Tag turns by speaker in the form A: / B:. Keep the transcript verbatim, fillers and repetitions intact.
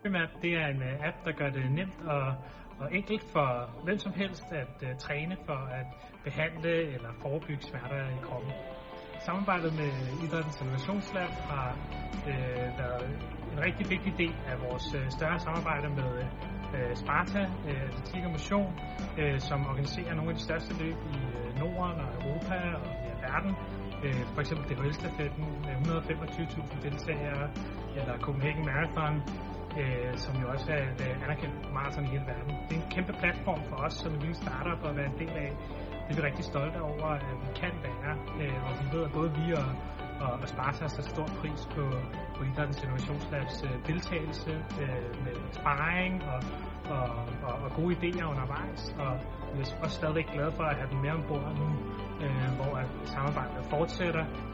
A: Map, det er en app, der gør det nemt og, og enkelt for hvem som helst at uh, træne for at behandle eller forebygge smerter i kroppen. Samarbejdet med Idrættens Innovationslab har øh, været en rigtig vigtig del af vores øh, større samarbejde med øh, Sparta, øh, Atletik og Motion, øh, som organiserer nogle af de største løb i øh, Norden og Europa og ja, verden. Øh, for eksempel D H L-stafetten med et hundrede og femogtyve tusind deltagere, eller Copenhagen Marathon, øh, som jo også er et øh, anerkendt maraton i hele verden. Det er en kæmpe platform for os som en lille startup at være en del af. Det er vi rigtig stolte over, at vi kan være, øh, og vi ved, at både vi og, og, og Sparta har sat stor pris på, på Idrættens Innovationslabs øh, deltagelse øh, med sparring og, og, og, og gode idéer undervejs, og vi er også stadigvæk glade for at have dem med ombord nu, øh, hvor samarbejdet fortsætter.